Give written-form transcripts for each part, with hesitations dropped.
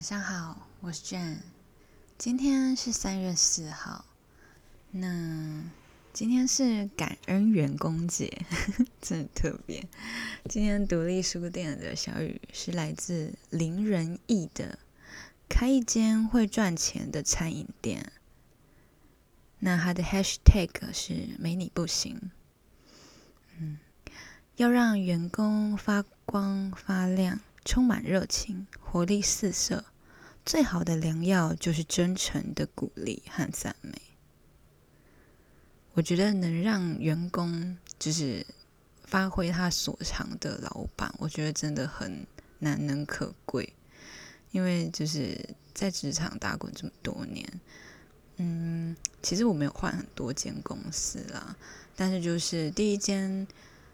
晚上好，我是 Jane。今天是3月4号，那今天是感恩员工节，真的特别。今天独立书店的小雨是来自林仁义的，开一间会赚钱的餐饮店。那他的 hashtag 是没你不行。要让员工发光发亮，充满热情，活力四射。最好的良药就是真诚的鼓励和赞美。我觉得能让员工就是发挥他所长的老板，我觉得真的很难能可贵。因为就是在职场打滚这么多年，其实我没有换很多间公司啦，但是就是第一间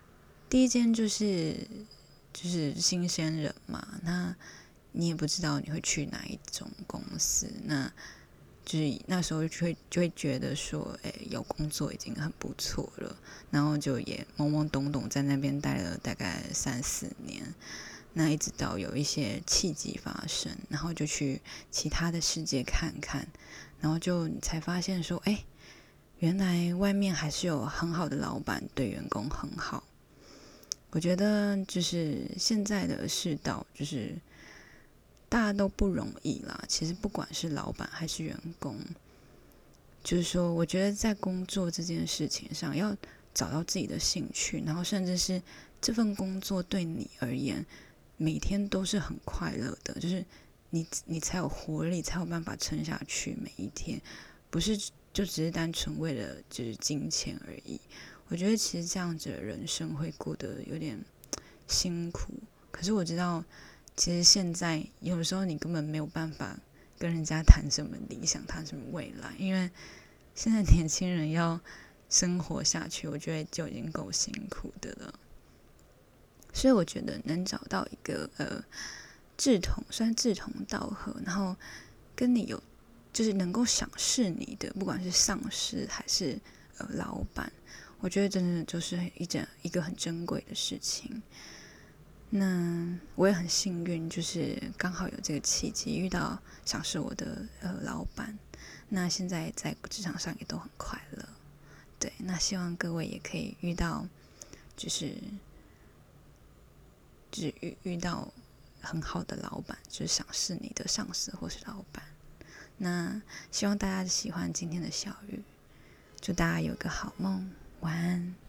就是新鲜人嘛，那你也不知道你会去哪一种公司，那就是那时候就会觉得说，有工作已经很不错了，然后就也懵懵懂懂在那边待了大概3-4年，那一直到有一些契机发生，然后就去其他的世界看看，然后就才发现说，原来外面还是有很好的老板对员工很好。我觉得就是现在的世道，就是大家都不容易啦。其实不管是老板还是员工，就是说，我觉得在工作这件事情上，要找到自己的兴趣，然后甚至是这份工作对你而言，每天都是很快乐的，就是你才有活力，才有办法撑下去每一天，不是就只是单纯为了就是金钱而已。我觉得其实这样子的人生会过得有点辛苦，可是我知道，其实现在有的时候你根本没有办法跟人家谈什么理想，谈什么未来，因为现在年轻人要生活下去，我觉得就已经够辛苦的了。所以我觉得能找到一个算志同道合，然后跟你有就是能够赏识你的，不管是上司还是老板，我觉得真的就是一个很珍贵的事情。那我也很幸运，就是刚好有这个契机遇到赏识我的老板，那现在在职场上也都很快乐。对，那希望各位也可以遇到，就是遇到很好的老板，就是赏识你的上司或是老板。那希望大家喜欢今天的小语，祝大家有个好梦，晚安。